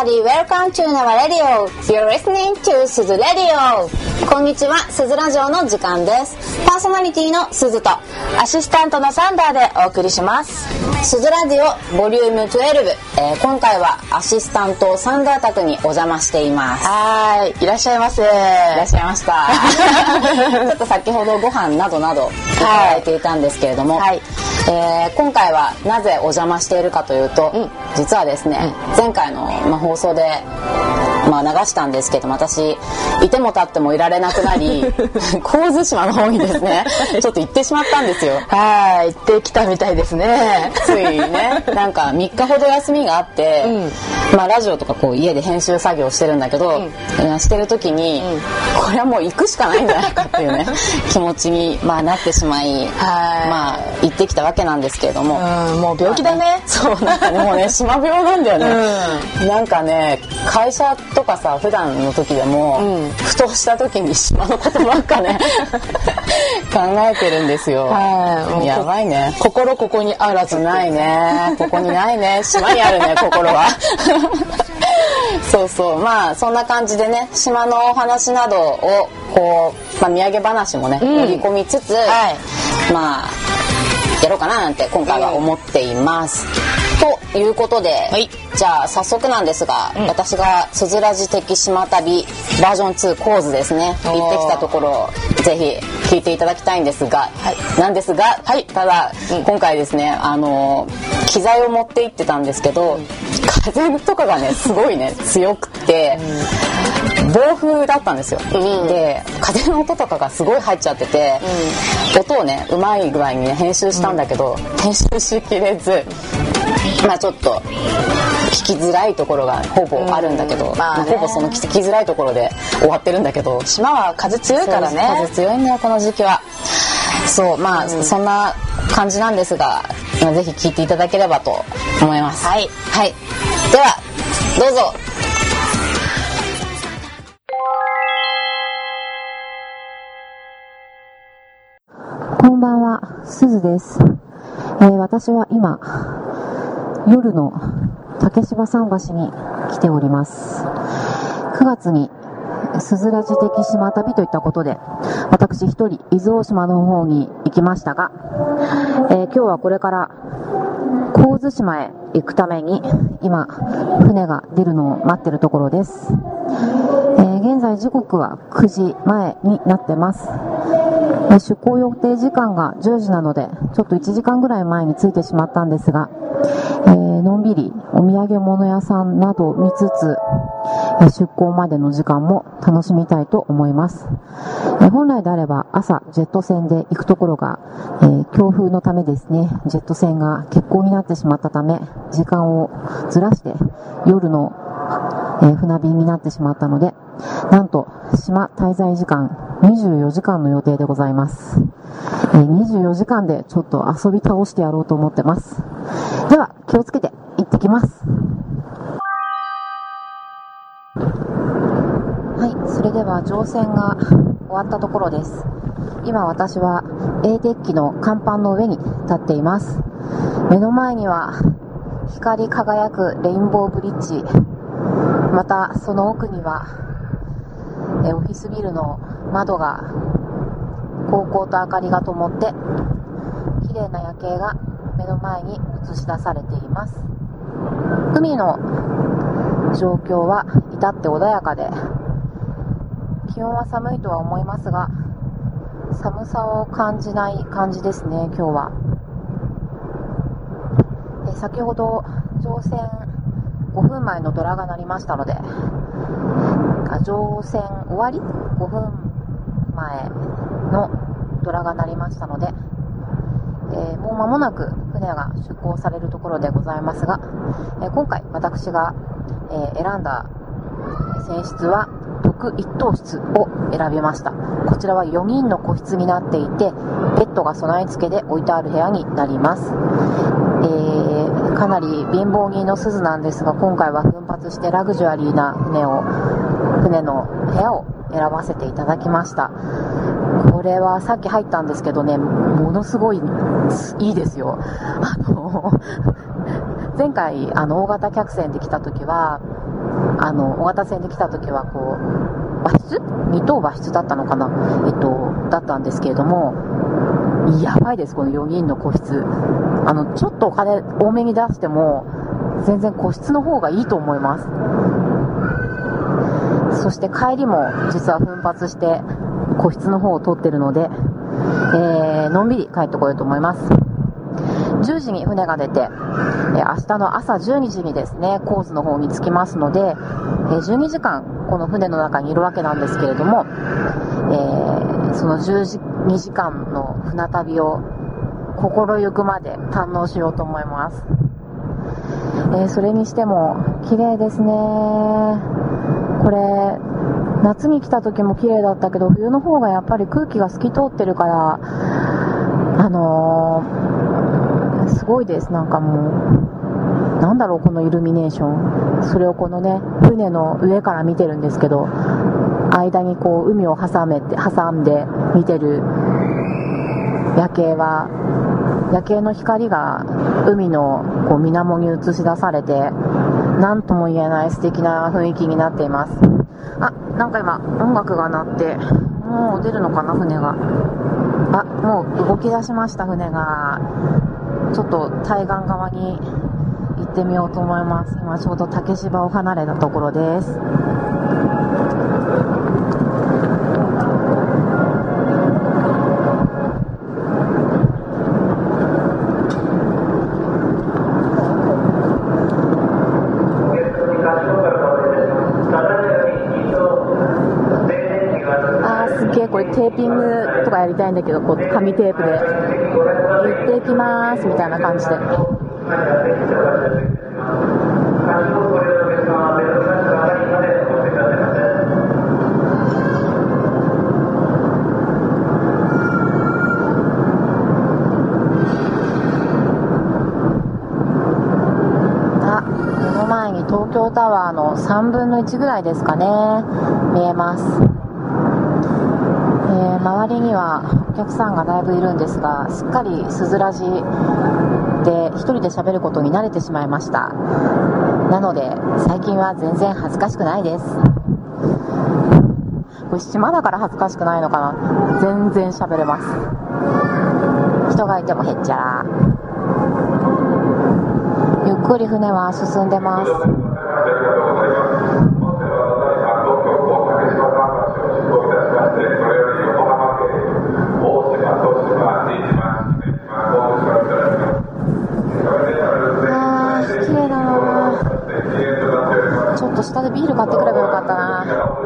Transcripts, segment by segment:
everybody, welcome to our radio. You're listening to すず Radio. こんにちは、すずラジオの時間です。パーソナリティのすずとアシスタントのサンダーでお送りします。 すずラジオボリューム12、今回はアシスタントサンダー宅にお邪魔しています。 はい、いらっしゃいませ。いらっしゃいましたちょっと先ほどご飯などなどいただいていたんですけれども、はい今回はなぜお邪魔しているかというと、実はですね、前回の、放送で、流したんですけども、私いても立ってもいられなくなり神津島の方にですねちょっと行ってしまったんですよ。 はい、行ってきたみたいですね。 ついね、なんか3日ほど休みがあって、ラジオとかこう家で編集作業してるんだけど、してる時に、これはもう行くしかないんじゃないかっていうね気持ちに、なってしまい、行ってきたわけなんですけれども、 もう病気だね。 そうなんかね、もうね島病なんだよね、なんかね会社とかさ普段の時でも、ふとした時に島のことばっかね考えてるんですよ。やばいね。 心ここにあらず。 ないね、ここにないね、島にあるね心はそうそう、そんな感じでね、島のお話などをこう、土産話もね、盛り込みつつ、やろうかななんて今回は思っています、ということで、じゃあ早速なんですが、私がすずらじ的島旅バージョン2コーズですね、行ってきたところをぜひ聞いていただきたいんですが、なんですが、ただ、今回ですね、機材を持って行ってたんですけど、風とかがねすごいね強くて、暴風だったんですよ、で風の音とかがすごい入っちゃってて、音をねうまい具合にね編集したんだけど、編集しきれず、ちょっと聞きづらいところがほぼあるんだけど、ほぼその聞きづらいところで終わってるんだけど、 島は風強いからね。 風強いんだよこの時期は。そう、そんな感じなんですが、ぜひ聞いていただければと思います。ではどうぞ。 こんばんは、すずです。私は今夜の竹芝桟橋に来ております。9月にすずらじ的島旅といったことで、私一人伊豆大島の方に行きましたが、今日はこれから神津島へ行くために今船が出るのを待っているところです。現在時刻は9時前になってます。出港予定時間が10時なので、ちょっと1時間ぐらい前に着いてしまったんですが、のんびりお土産物屋さんなどを見つつ、出港までの時間も楽しみたいと思います。本来であれば朝ジェット船で行くところが、強風のためですね、ジェット船が欠航になってしまったため、時間をずらして夜の、船便になってしまったので、なんと島滞在時間24時間の予定でございます。24時間でちょっと遊び倒してやろうと思ってます。では気をつけて行ってきます。それでは乗船が終わったところです。今私は A デッキの甲板の上に立っています。目の前には光り輝くレインボーブリッジ、またその奥にはオフィスビルの窓がこうこうと明かりが灯って、綺麗な夜景が目の前に映し出されています。海の状況は至って穏やかで、気温は寒いとは思いますが、寒さを感じない感じですね、今日は。先ほど乗船5分前のドラが鳴りましたので、乗船終わり5分前のドラが鳴りましたので、もう間もなく船が出港されるところでございますが、今回私が、選んだ船室は特一等室を選びました。こちらは4人の個室になっていて、ベッドが備え付けで置いてある部屋になります。かなり貧乏人の鈴なんですが、今回は奮発してラグジュアリーな船の部屋を選ばせていただきました。これはさっき入ったんですけどね、ものすごいいいですよ。前回大型客船で来た時は小型船で来た時はこう和室2等和室だったのかな、だったんですけれども、やばいです。この4人の個室、ちょっとお金多めに出しても全然個室の方がいいと思います。そして帰りも実は奮発して個室の方を取ってるので、のんびり帰ってこようと思います。10時に船が出て、明日の朝12時にですねコースの方に着きますので、12時間この船の中にいるわけなんですけれども、その12時間の船旅を心ゆくまで堪能しようと思います。それにしても綺麗ですね。これ夏に来た時も綺麗だったけど、冬の方がやっぱり空気が透き通ってるから、すごいです。なんかもうなんだろう、このイルミネーション。それをこのね船の上から見てるんですけど、間にこう海を挟んで見てる夜景の光が海のこう水面に映し出されて、何とも言えない素敵な雰囲気になっています。なんか今音楽が鳴って、もう出るのかな船が。もう動き出しました。船がちょっと対岸側に行ってみようと思います。今ちょうど竹芝を離れたところです。これテーピングとかやりたいんだけど、こう紙テープで言っていきますみたいな感じで。目の前に東京タワーの3分の1ぐらいですかね、見えます。周りにはお客さんがだいぶいるんですが、すっかりすずらじで一人で喋ることに慣れてしまいました。なので最近は全然恥ずかしくないです。これ島だから恥ずかしくないのかな。全然喋れます。人がいてもへっちゃら。ゆっくり船は進んでます。下でビール買ってくればよかったな。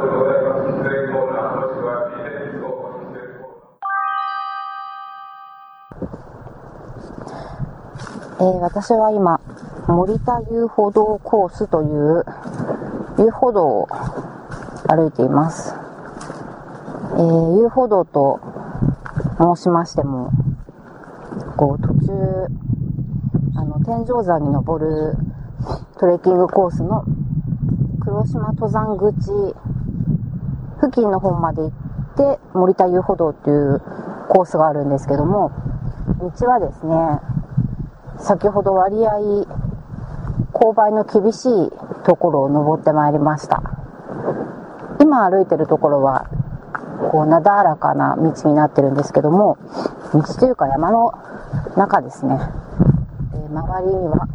私は今森田遊歩道コースという遊歩道を歩いています。遊歩道と申しましても、こう途中天井山に登るトレッキングコースの黒島登山口付近の方まで行って森田遊歩道っていうコースがあるんですけども、道はですね、先ほど割合勾配の厳しいところを登ってまいりました。今歩いてるところはこうなだらかな道になってるんですけども、道というか山の中ですね。周りには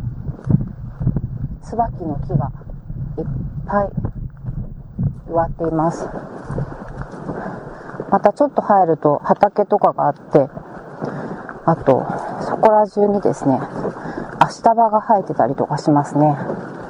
椿の木がいっぱい植わっています。またちょっと入ると畑とかがあって、あとそこら中にですね、アシタバが生えてたりとかしますね。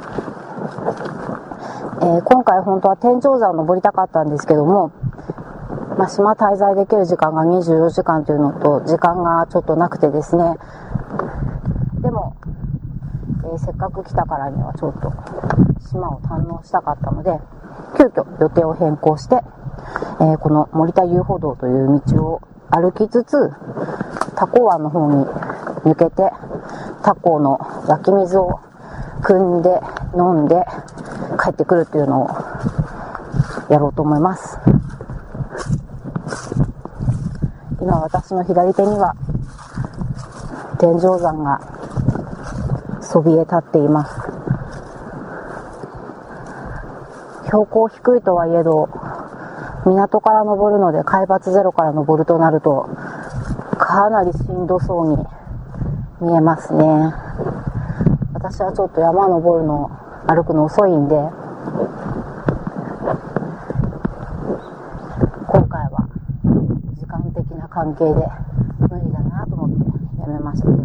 今回本当は天井山を登りたかったんですけども、島滞在できる時間が24時間というのと時間がちょっとなくてですね、でも、せっかく来たからにはちょっと島を堪能したかったので、急遽予定を変更して、この森田遊歩道という道を歩きつつタコ湾の方に抜けて、タコの湧き水を汲んで飲んで帰ってくるというのをやろうと思います。今私の左手には天井山がそびえ立っています。 標高低いとはいえど港から登るので海抜ゼロから登るとなるとかなりしんどそうに見えますね。私はちょっと山登るの歩くの遅いんで今回は時間的な関係で無理だなと思ってやめましたけど、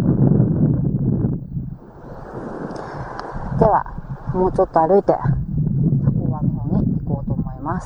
ではもうちょっと歩いてタコ湾の方に行こうと思います。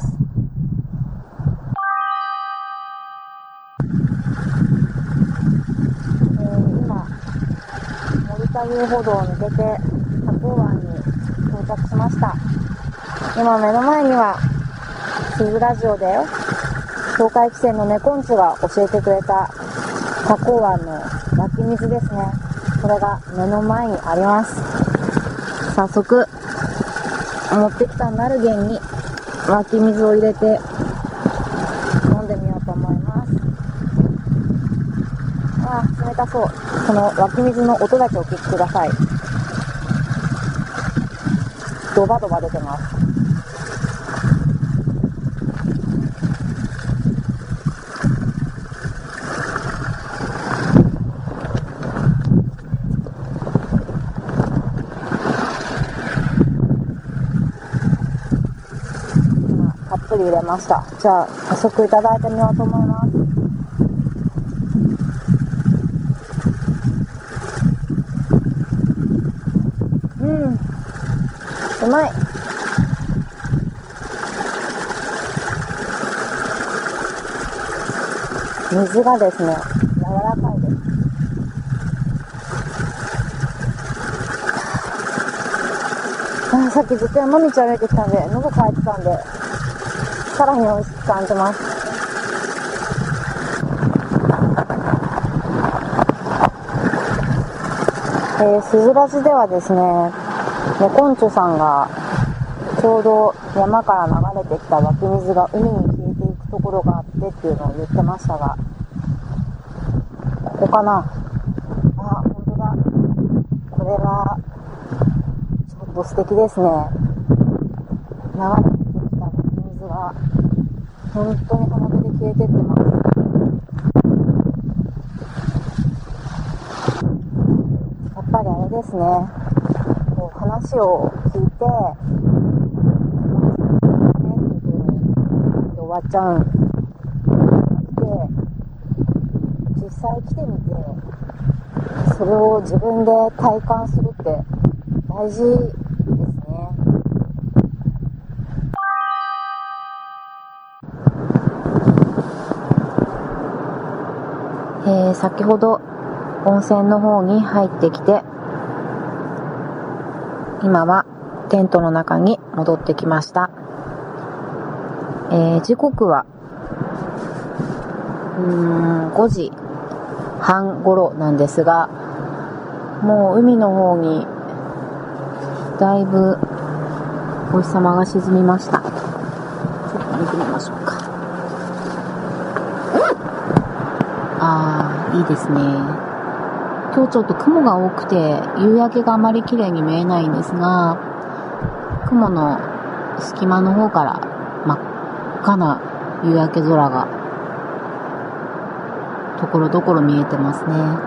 今森田遊歩道を抜けてタコ湾に到着しました。今目の前にはスズラジオで東海汽船のネコンチが教えてくれたタコ湾の湧き水ですね。これが目の前にあります。早速持ってきたナルゲンに湧き水を入れて飲んでみようと思います。ああ、冷たそう。この湧き水の音だけお聞きください。ドバドバ出てます。たっぷり入れました。じゃあ早速いただいてみようと思います。うまい。水がですね柔らかいです。さっきずっと山道歩いてきたんで喉渇いてたんでさらに美味しく感じます。スズラジではですねネコンチュさんがちょうど山から流れてきた湧き水が海に消えていくところがあってっていうのを言ってましたが、ここかな。あ、本当だ。これはちょっと素敵ですね。流れてきた湧き水が本当に浜辺で消えてってます。やっぱりあれですね、こう話を聞いて終わっちゃうんじゃなくて、実際来てみてそれを自分で体感するって大事ですね。先ほど温泉の方に入ってきて今はテントの中に戻ってきました。時刻は5時半頃なんですが、もう海の方にだいぶお日様が沈みました。ちょっと見てみましょうか。いいですね。今日ちょっと雲が多くて夕焼けがあまり綺麗に見えないんですが、雲の隙間の方から真っ赤な夕焼け空がところどころ見えてます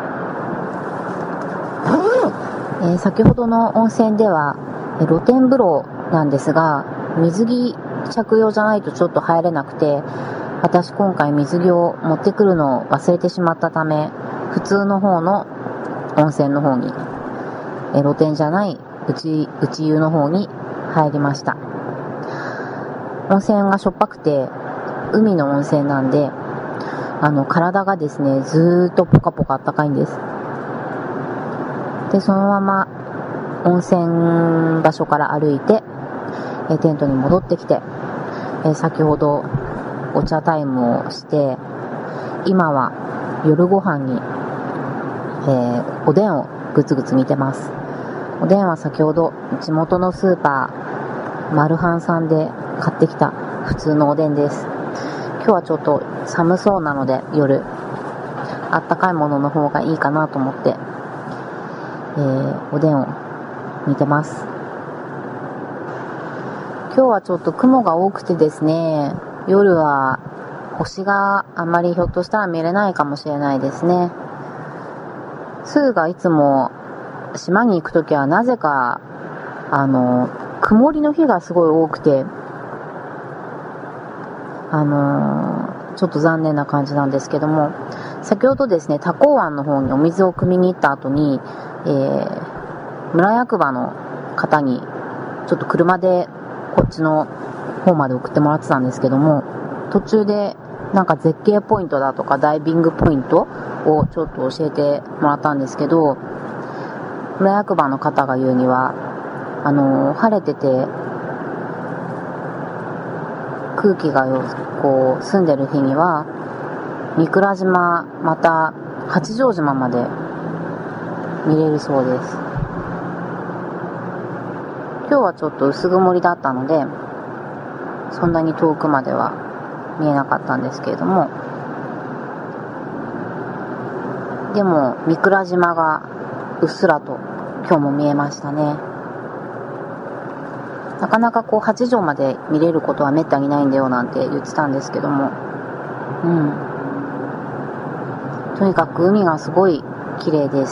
ね。先ほどの温泉では露天風呂なんですが、水着着用じゃないとちょっと入れなくて、私今回水着を持ってくるのを忘れてしまったため、普通の方の温泉の方に、露天じゃない内湯の方に入りました。温泉がしょっぱくて海の温泉なんで、体がですねずーっとポカポカあったかいんです。でそのまま温泉場所から歩いてテントに戻ってきて、先ほどお茶タイムをして、今は夜ご飯に、おでんをぐつぐつ煮てます。おでんは先ほど地元のスーパーマルハンさんで買ってきた普通のおでんです。今日はちょっと寒そうなので夜あったかいものの方がいいかなと思って、おでんを煮てます。 今日はちょっと雲が多くてですね、夜は星があんまりひょっとしたら見れないかもしれないですね。スーがいつも島に行くときはなぜか曇りの日がすごい多くて、ちょっと残念な感じなんですけども、先ほどですね、多幸湾の方にお水を汲みに行った後に、村役場の方にちょっと車でこっちの方まで送ってもらってたんですけども、途中でなんか絶景ポイントだとかダイビングポイントをちょっと教えてもらったんですけど、村役場の方が言うには晴れてて空気がこう澄んでる日には御蔵島また八丈島まで見れるそうです。今日はちょっと薄曇りだったのでそんなに遠くまでは見えなかったんですけれども、でも御蔵島がうっすらと今日も見えましたね。なかなかこう八丈まで見れることはめったにないんだよなんて言ってたんですけども、とにかく海がすごい綺麗です。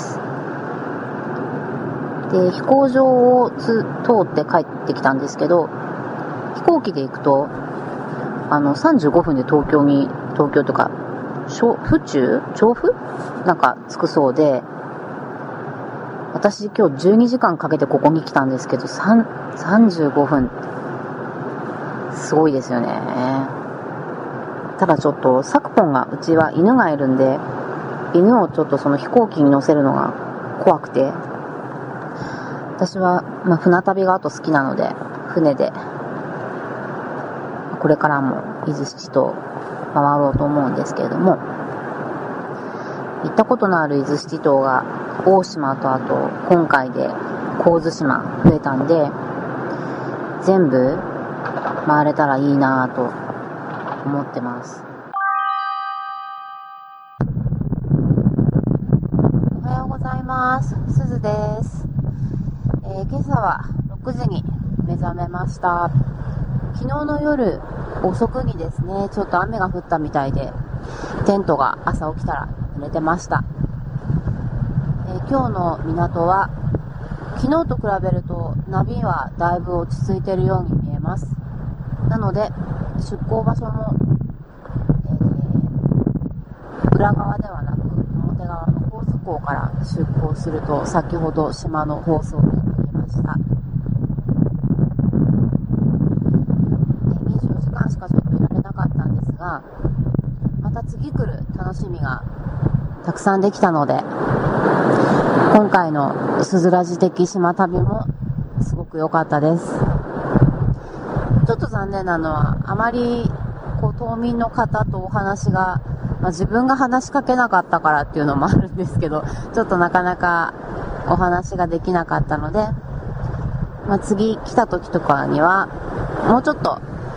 で、飛行場を通って帰ってきたんですけど、飛行機で行くと35分で東京とか調布なんか着くそうで、私今日12時間かけてここに来たんですけど、35分すごいですよね。ただちょっと昨今が、うちは犬がいるんで、犬をちょっとその飛行機に乗せるのが怖くて、私は船旅があと好きなので船でこれからも伊豆七島回ろうと思うんですけれども、行ったことのある伊豆七島が大島とあと今回で神津島増えたんで、全部回れたらいいなぁと思ってます。おはようございます。すずです。今朝は6時に目覚めました。昨日の夜遅くにですね、ちょっと雨が降ったみたいでテントが朝起きたら濡れてました。今日の港は昨日と比べると波はだいぶ落ち着いているように見えます。なので出港場所も、裏側ではなく表側の高津港から出港すると先ほど島の放送でありました。24時間しかちょっといられなかったんですが、また次来る楽しみがたくさんできたので、今回のすずらじ的島旅もすごく良かったです。ちょっと残念なのはあまり島民の方とお話が、自分が話しかけなかったからっていうのもあるんですけど、ちょっとなかなかお話ができなかったので、次来た時とかにはもうちょっと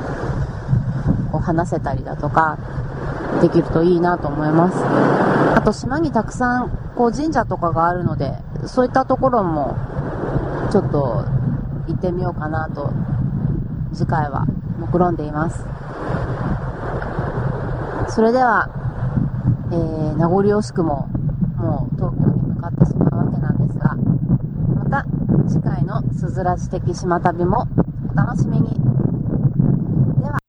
話せたりだとかできるといいなと思います。あと島にたくさん神社とかがあるので、そういったところもちょっと行ってみようかなと次回は目論んでいます。それでは、名残惜しくももう東京に向かってしまうわけなんですが、また次回のすずらじ的島旅もお楽しみに。では、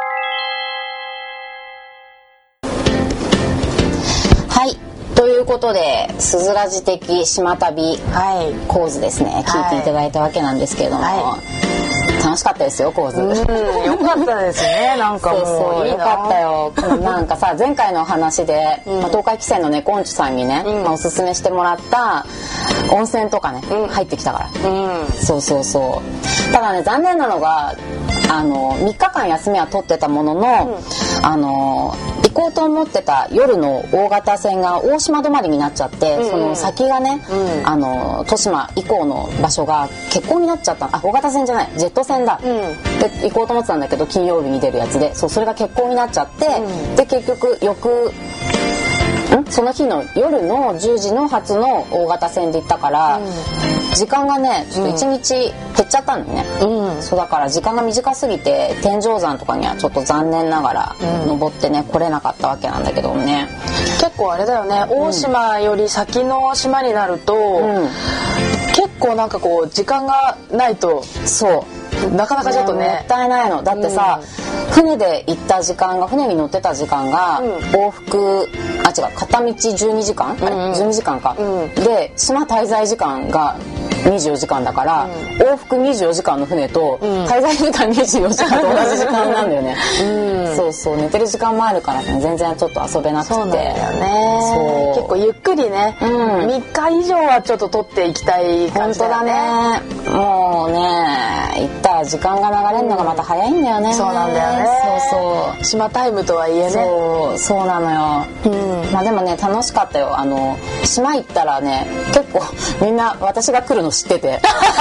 はい、ということで、すずらじ的島旅構図ですね、聞いていただいたわけなんですけれども、楽しかったですよ、構図。 よかったですね。なんかもうそうよかったよ。なんかさ、前回の話で、東海汽船のねこんちさんにね、おすすめしてもらった温泉とかね、入ってきたから。そうそうそう。ただね、残念なのが3日間休みは取ってたものの、行こうと思ってた夜の大型船が大島止まりになっちゃって、その先がね、豊島以降の場所が欠航になっちゃった。大型船じゃない、ジェット船だ、で行こうと思ってたんだけど、金曜日に出るやつで、それが欠航になっちゃって、で結局その日の夜の10時の発の大型線で行ったから、時間がねちょっと1日減っちゃったんだよね、そうだから時間が短すぎて天井山とかにはちょっと残念ながら登ってね来れなかったわけなんだけどね。 結構あれだよね、大島より先の島になると、結構なんかこう時間がないとそうなかなかちょっとねもったいないのだってさ、船で行った時間が船に乗ってた時間が往復片道12時間、あれ12時間か、で島滞在時間が24時間だから、往復24時間の船と滞在時間24時間と同じ時間なんだよね、そうそう寝てる時間もあるからね全然ちょっと遊べなくて。 そうなんだよね。結構ゆっくりね、3日以上はちょっと取っていきたい感じだよね。 本当だね。もうね行ったら時間が流れるのがまた早いんだよね、 そうなんだよね。そう島タイムとはいえね。 そうなのよ、まあでもね楽しかったよ。島行ったらね結構みんな私が来るの知ってて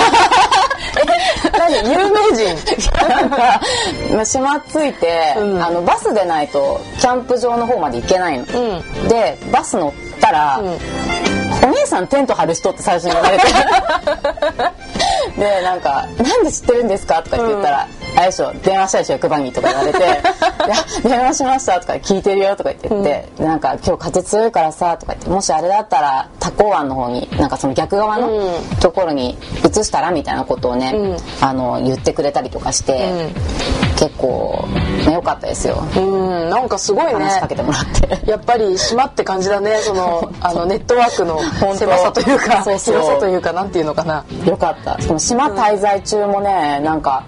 何有名人なんか島着いて、バスでないとキャンプ場の方まで行けないの、でバス乗ったら、お姉さんテント張る人って最初に言われてでなんか「なんで知ってるんですか?」とかって言ったら「あれでしょ電話したでしょ役場に」とか言われて「いや電話しました」とか聞いてるよとか言って、なんか今日風強いからさとか言って、もしあれだったら多幸湾の方になんかその逆側のところに移したらみたいなことをね、言ってくれたりとかして、結構良かったですよ。 なんかすごいね話しかけてもらってやっぱり島って感じだね。そのネットワークの狭さというか広さというかなんていうのかな。 よかった。その島滞在中もね、なんか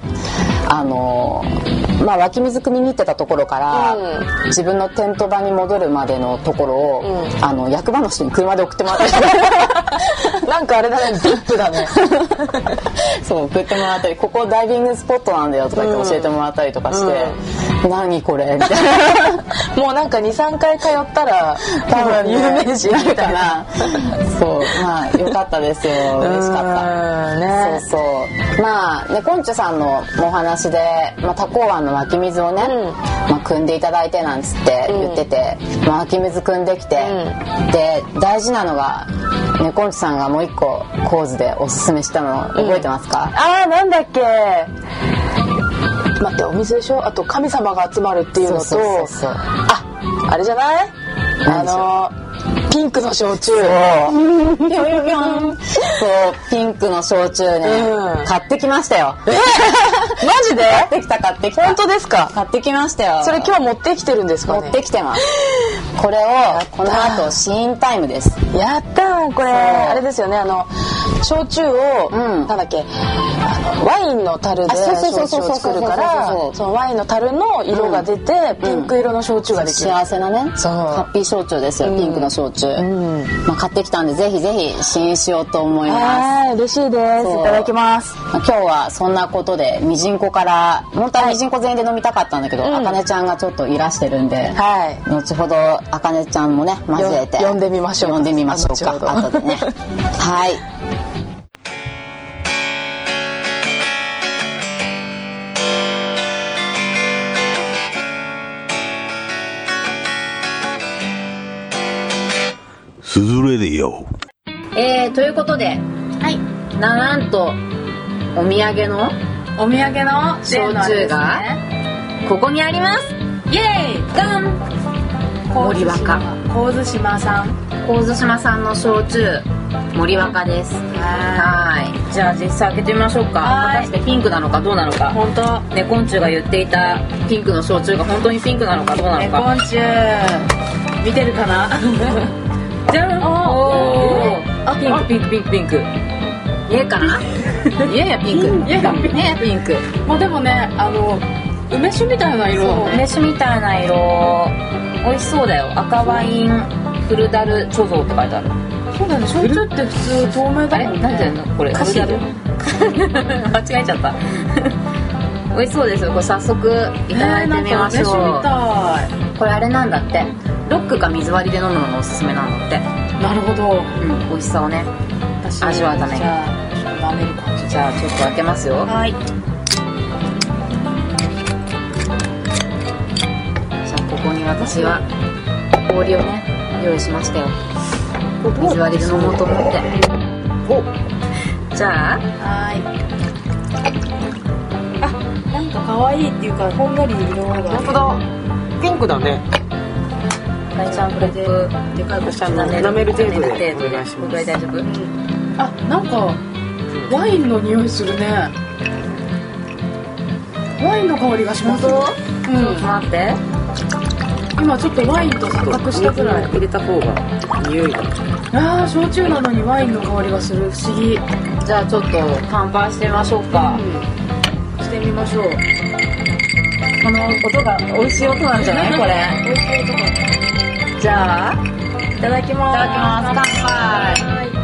湧き水汲みに行ってたところから、自分のテント場に戻るまでのところを、役場の人に車で送ってもらったりなんかあれだね、ビップだねそう送ってもらったり、ここダイビングスポットなんだよとか言って教えてもらったりとかして、何これみたいなもうなんか 2,3 回通ったら多分有名人みたいなそうまあよかったですよ。嬉しかったね。そうまあねこんちゅさんのお話で、多幸湾の湧き水をね、汲んでいただいてなんつって言ってて、湧き水汲んできて、で大事なのがねこんちゅさんがもう一個コーズでおすすめしたの覚えてますか？ なんだっけ、待って、お水でしょ。あと神様が集まるっていうのと、あれじゃない？ピンクの焼酎。そうピンクの焼酎ね、買ってきましたよ。 マジで？ 買ってきた。 本当ですか？ 買ってきましたよ。 それ今日持ってきてるんですかね？ 持ってきてます。これをこの後試飲タイムです。 やったー。これあれですよね、焼酎を、なんだっけ、ワインの樽で焼酎を作るから、そのワインの樽の色が出て、ピンク色の焼酎ができる。 幸せなね、ハッピー焼酎ですよ、ピンクの焼酎。買ってきたんでぜひぜひ試飲しようと思います。 嬉しいです。いただきます。 今日はそんなことでミジンコから、本当はミジンコ全員で飲みたかったんだけど、あかねちゃんがちょっといらしてるんで、後ほどあかねちゃんもね交えて呼んでみましょうか。 後でねはい。 スズレディオ。 ということで、なんとお土産の焼酎がここにあります。イエーイ、ダン。森若神津島さんの焼酎森若です。じゃあ実際開けてみましょうか。果たしてピンクなのかどうなのか。 本当ねこんちゅうが言っていたピンクの焼酎が本当にピンクなのかどうなのか。 ねこんちゅう見てるかなじゃん。ピンクイエかなイエやピンクピンク。 でもね梅酒みたいな色。 梅酒みたいな色。美味しそうだよ。赤ワインフルダル貯蔵って書いてある。 そうだね、焼酎って普通透明だもんね。 なんていうのこれ。 歌詞で間違えちゃった美味しそうですよ。これ早速いただいてみましょう。これあれなんだって、ロックか水割りで飲むのがおすすめなんだって。 なるほど、 美味しさをね味わうために。 じゃあちょっと舐める感じ。 じゃあちょっと開けますよ。 はい。じゃあここに私は氷をね用意しましたよ。水割りで飲もうと思って。じゃあなんか可愛いっていうかほんのり色が。 本当だ、ピンクだね。 大ちゃんコップでかいコップだね。 舐める程度でお願いします。これぐらい大丈夫？ なんかワインの匂いするね。ワインの香りがします。 ちょっと待って。 今ちょっとワインと錯覚したくらい。 入れた方が匂いが。 焼酎なのにワインの香りがする。不思議。 じゃあちょっと乾杯してみましょうか。 してみましょう。 この音が美味しい音なんじゃないこれ。 美味しい音か。 じゃあいただきます。乾杯。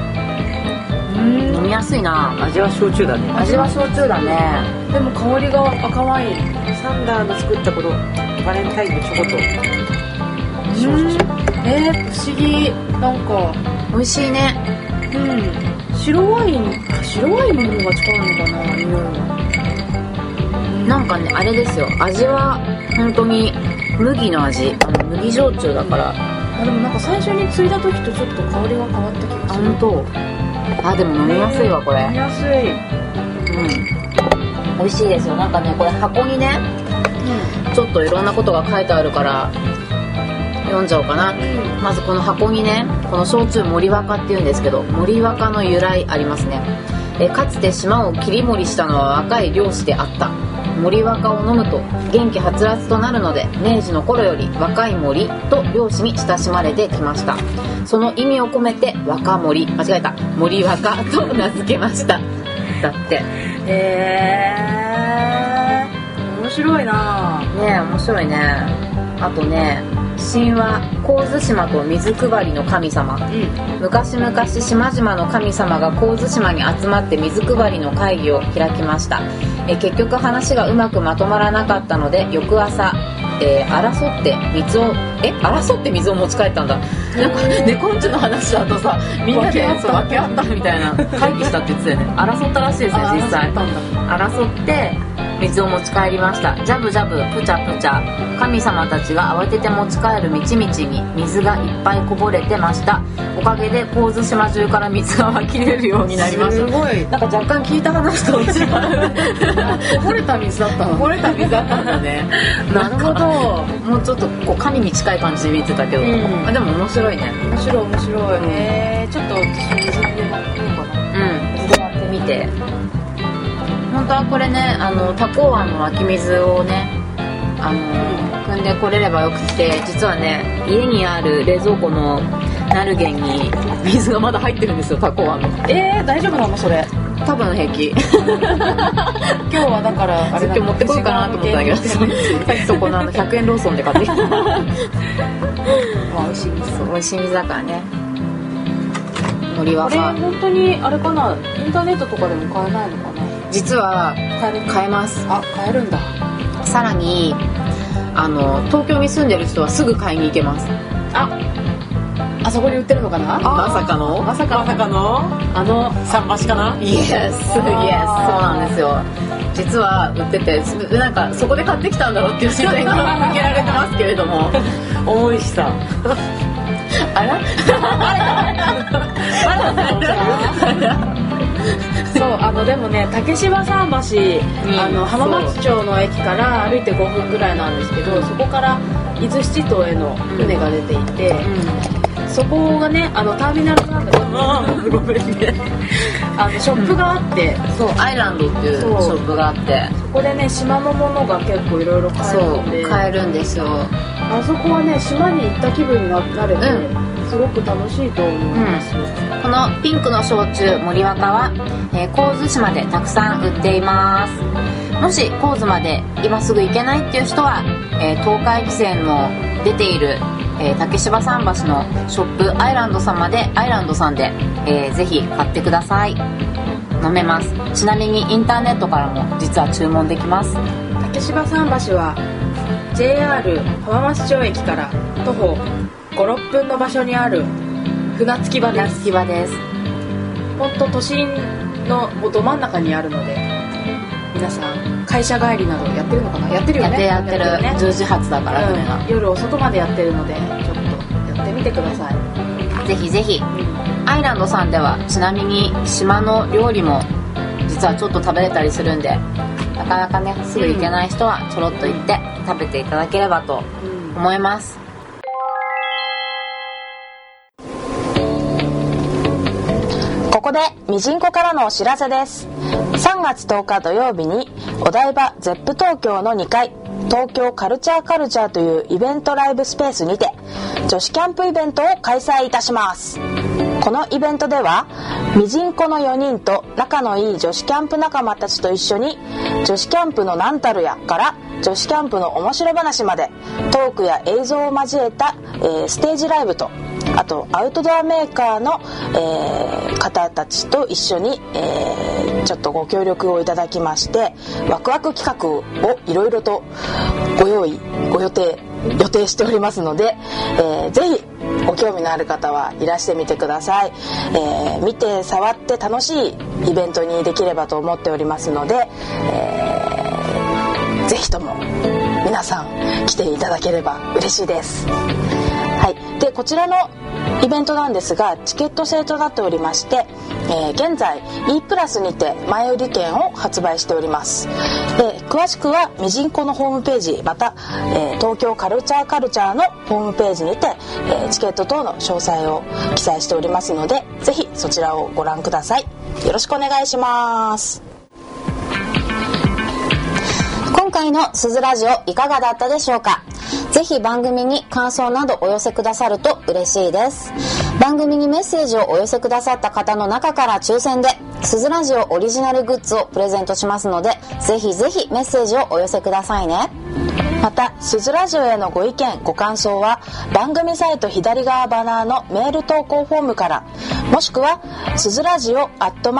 飲みやすいな。 味は焼酎だね。 味は焼酎だね。 でも香りが赤ワイン。 サンダーの作ったこのバレンタインのチョコと。 不思議。なんか美味しいね。 白ワインの方が近いのかな、匂いは。 なんかね、あれですよ、味は本当に麦の味。麦焼酎だから。 でもなんか最初に継いだ時とちょっと香りが変わった気がする。 本当。でも飲みやすいわこれ。 飲みやすい。 美味しいですよ。なんかね、これ箱にね、ちょっといろんなことが書いてあるから読んじゃおうかな。まずこの箱にね、この焼酎森若っていうんですけど、森若の由来ありますね。かつて島を切り盛りしたのは若い漁師であった。森若を飲むと元気はつらつとなるので、明治の頃より若い森と漁師に親しまれてきました。その意味を込めて若森、間違えた、森若と名付けましただって。 面白いな。 ね、面白いね。あとね、神話神津島と水配りの神様、昔々島々の神様が神津島に集まって水配りの会議を開きました。結局話がうまくまとまらなかったので、翌朝、争って水を持ち帰ったんだ。なんか猫んちの話だとさ、みんなで分け合ったみたいな会議したって言ってたよね。争ったらしいですね。実際争って水を持ち帰りました。ジャブジャブプチャプチャ、神様たちが慌てて持ち帰る道々に水がいっぱいこぼれてました。おかげで神津島中から水が湧き出るようになりました。 すごい。 なんか若干聞いた話と違う。 こぼれた水だったの。 こぼれた水だったんだね。 なるほど。 もうちょっとこう神に近い感じで見てたけど、でも面白いね。 面白い。ちょっと私水で割ってみようかな。 水で割ってみて。本当はこれね、多幸湾の湧き水をね、汲んでこれればよくて、実はね、家にある冷蔵庫のナルゲンに水がまだ入ってるんですよ、多幸湾の。 大丈夫なのそれ？ 多分平気。 今日はだからあれ今日持ってこようかなと思ったんだけど、さっきそこの100円ローソンで買ってきた。まあ美味しい水だからね。森若。 これ本当にあれかな、インターネットとかでも買えないのかな？ 実は買えます。 買えるんだ。 さらに東京に住んでる人はすぐ買いに行けます。 あそこに売ってるのかな？ まさかの桟橋かな？ イエス、そうなんですよ。実は売ってて、なんかそこで買ってきたんだろうっていう視線が向けられてますけれども、 重いしさ。 あらそうでもね、竹芝桟橋、浜松町の駅から歩いて5分ぐらいなんですけど、そこから伊豆七島への船が出ていて、そこがね、ターミナルなんだけど、ごめんね、ショップがあって、 そうアイランドっていうショップがあって、 そこでね、島のものが結構いろいろ買えるんで、 買えるんですよ。 あそこはね、島に行った気分になれて、すごく楽しいと思います。 このピンクの焼酎森若は、神津島でたくさん売っています。もし神津まで今すぐ行けないっていう人は、東海汽船の出ている、竹芝桟橋のショップアイランドさんで、ぜひ買ってください。飲めます。ちなみにインターネットからも実は注文できます。 竹芝桟橋は JR 浜松町駅から徒歩 5,6 分の場所にある船着き場です。本当都心のど真ん中にあるので、皆さん会社帰りなどやってるのかな？やってるよね。 やってるね。10時発だから、 夜遅くまでやってるので、ちょっとやっててみてください。 ぜひぜひ。アイランドさんではちなみに島の料理も実はちょっと食べれたりするんで、なかなかねすぐ行けない人はちょろっと行って食べていただければと思います。 ここでミジンコからのお知らせです。3月10日土曜日にお台場ゼップ東京の2階東京カルチャーというイベントライブスペースにて女子キャンプイベントを開催いたします。このイベントではミジンコの4人と仲のいい女子キャンプ仲間たちと一緒に女子キャンプの何たるやから女子キャンプの面白話までトークや映像を交えた、ステージライブと、あとアウトドアメーカーの、方たちと一緒に、ちょっとご協力をいただきましてワクワク企画をいろいろとご予定しておりますので、ぜひご興味のある方はいらしてみてください。見て触って楽しいイベントにできればと思っておりますので、ぜひとも皆さん来ていただければ嬉しいです。はい、でこちらのイベントなんですがチケット制となっておりまして、現在 E プラスにて前売り券を発売しております。で詳しくはミジンコのホームページまた、東京カルチャーのホームページにて、チケット等の詳細を記載しておりますのでぜひそちらをご覧ください。よろしくお願いします。 今回のすずラジオいかがだったでしょうか。ぜひ番組に感想などお寄せくださると嬉しいです。番組にメッセージをお寄せくださった方の中から抽選ですずラジオオリジナルグッズをプレゼントしますのでぜひぜひメッセージをお寄せくださいね。 またすずラジオへのご意見ご感想は番組サイト左側バナーのメール投稿フォームからもしくはすずラジオ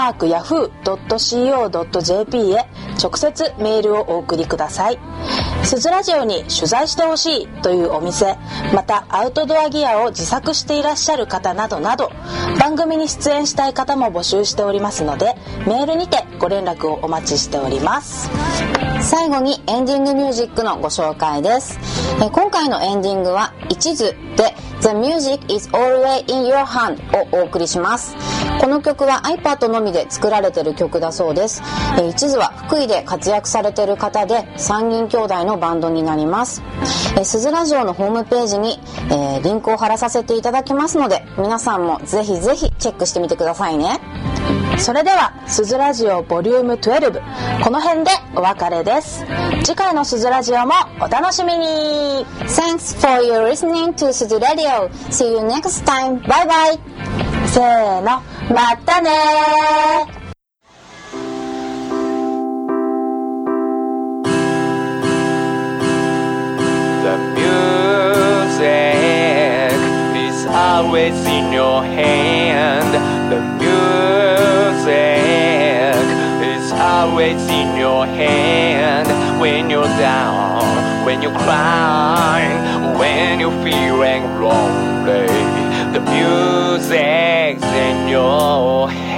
@yahoo.co.jp へ直接メールをお送りください。すずラジオに取材してほしいというお店またアウトドアギアを自作していらっしゃる方などなど番組に出演したい方も募集しておりますのでメールにてご連絡をお待ちしております。 最後にエンディングミュージックのご紹介です。今回のエンディングは一途で The Music is Always in Your Hand をお送りします。この曲は iPad のみで作られている曲だそうです。一途は福井で活躍されている方で3人兄弟のバンドになります。すずラジオのホームページに、リンクを貼らさせていただきますので皆さんもぜひぜひチェックしてみてくださいね。 それではすずラジオボリューム12この辺でお別れです。次回のすずラジオもお楽しみに。 Thanks for your listening to すずRadio. See you next time. Bye bye. せーのまたねー。 Always in your hand. The music is always in your hand. When you're down, when you're crying, when you're feeling lonely, the music's in your hand.